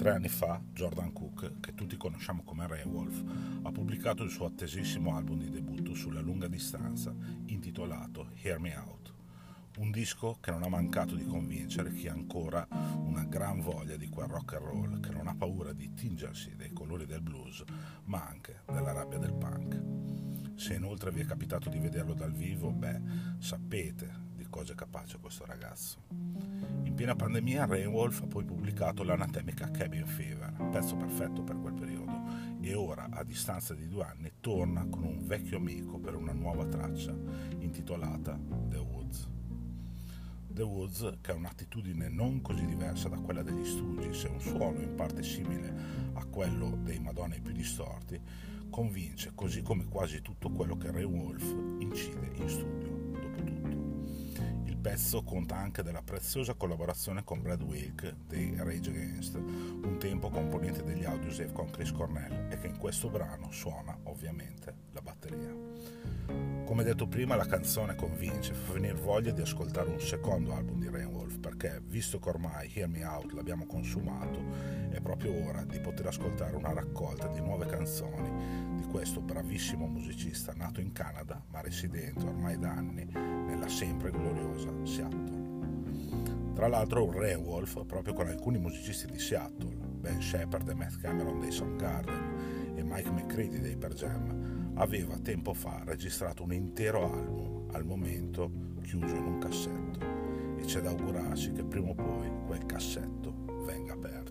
3 anni fa Jordan Cook, che tutti conosciamo come Rainwolf, ha pubblicato il suo attesissimo album di debutto sulla lunga distanza, intitolato Hear Me Out. Un disco che non ha mancato di convincere chi ha ancora una gran voglia di quel rock and roll, che non ha paura di tingersi dei colori del blues, ma anche della rabbia del punk. Se inoltre vi è capitato di vederlo dal vivo, sapete di cosa è capace questo ragazzo. In piena pandemia Rainwolf ha poi pubblicato l'anatemica Cabin Fever, pezzo perfetto per quel periodo, e ora, a distanza di 2 anni, torna con un vecchio amico per una nuova traccia, intitolata The Woods. The Woods, che ha un'attitudine non così diversa da quella degli Stooges e un suono in parte simile a quello dei Madonna i più distorti, convince, così come quasi tutto quello che Rainwolf incide in studio. Il pezzo conta anche della preziosa collaborazione con Brad Wilk dei Rage Against, un tempo componente degli Audioslave con Chris Cornell, e che in questo brano suona ovviamente la batteria. Come detto prima, la canzone convince, fa venire voglia di ascoltare un secondo album di Rainwolf, perché visto che ormai Hear Me Out l'abbiamo consumato, è proprio ora di poter ascoltare una raccolta di nuove canzoni di questo bravissimo musicista nato in Canada ma residente ormai da anni nella sempre gloriosa Seattle. Tra l'altro un Rainwolf proprio con alcuni musicisti di Seattle, Ben Shepherd e Matt Cameron dei Soundgarden e Mike McCready dei Pearl Jam, aveva tempo fa registrato un intero album, al momento chiuso in un cassetto, e c'è da augurarsi che prima o poi quel cassetto venga aperto.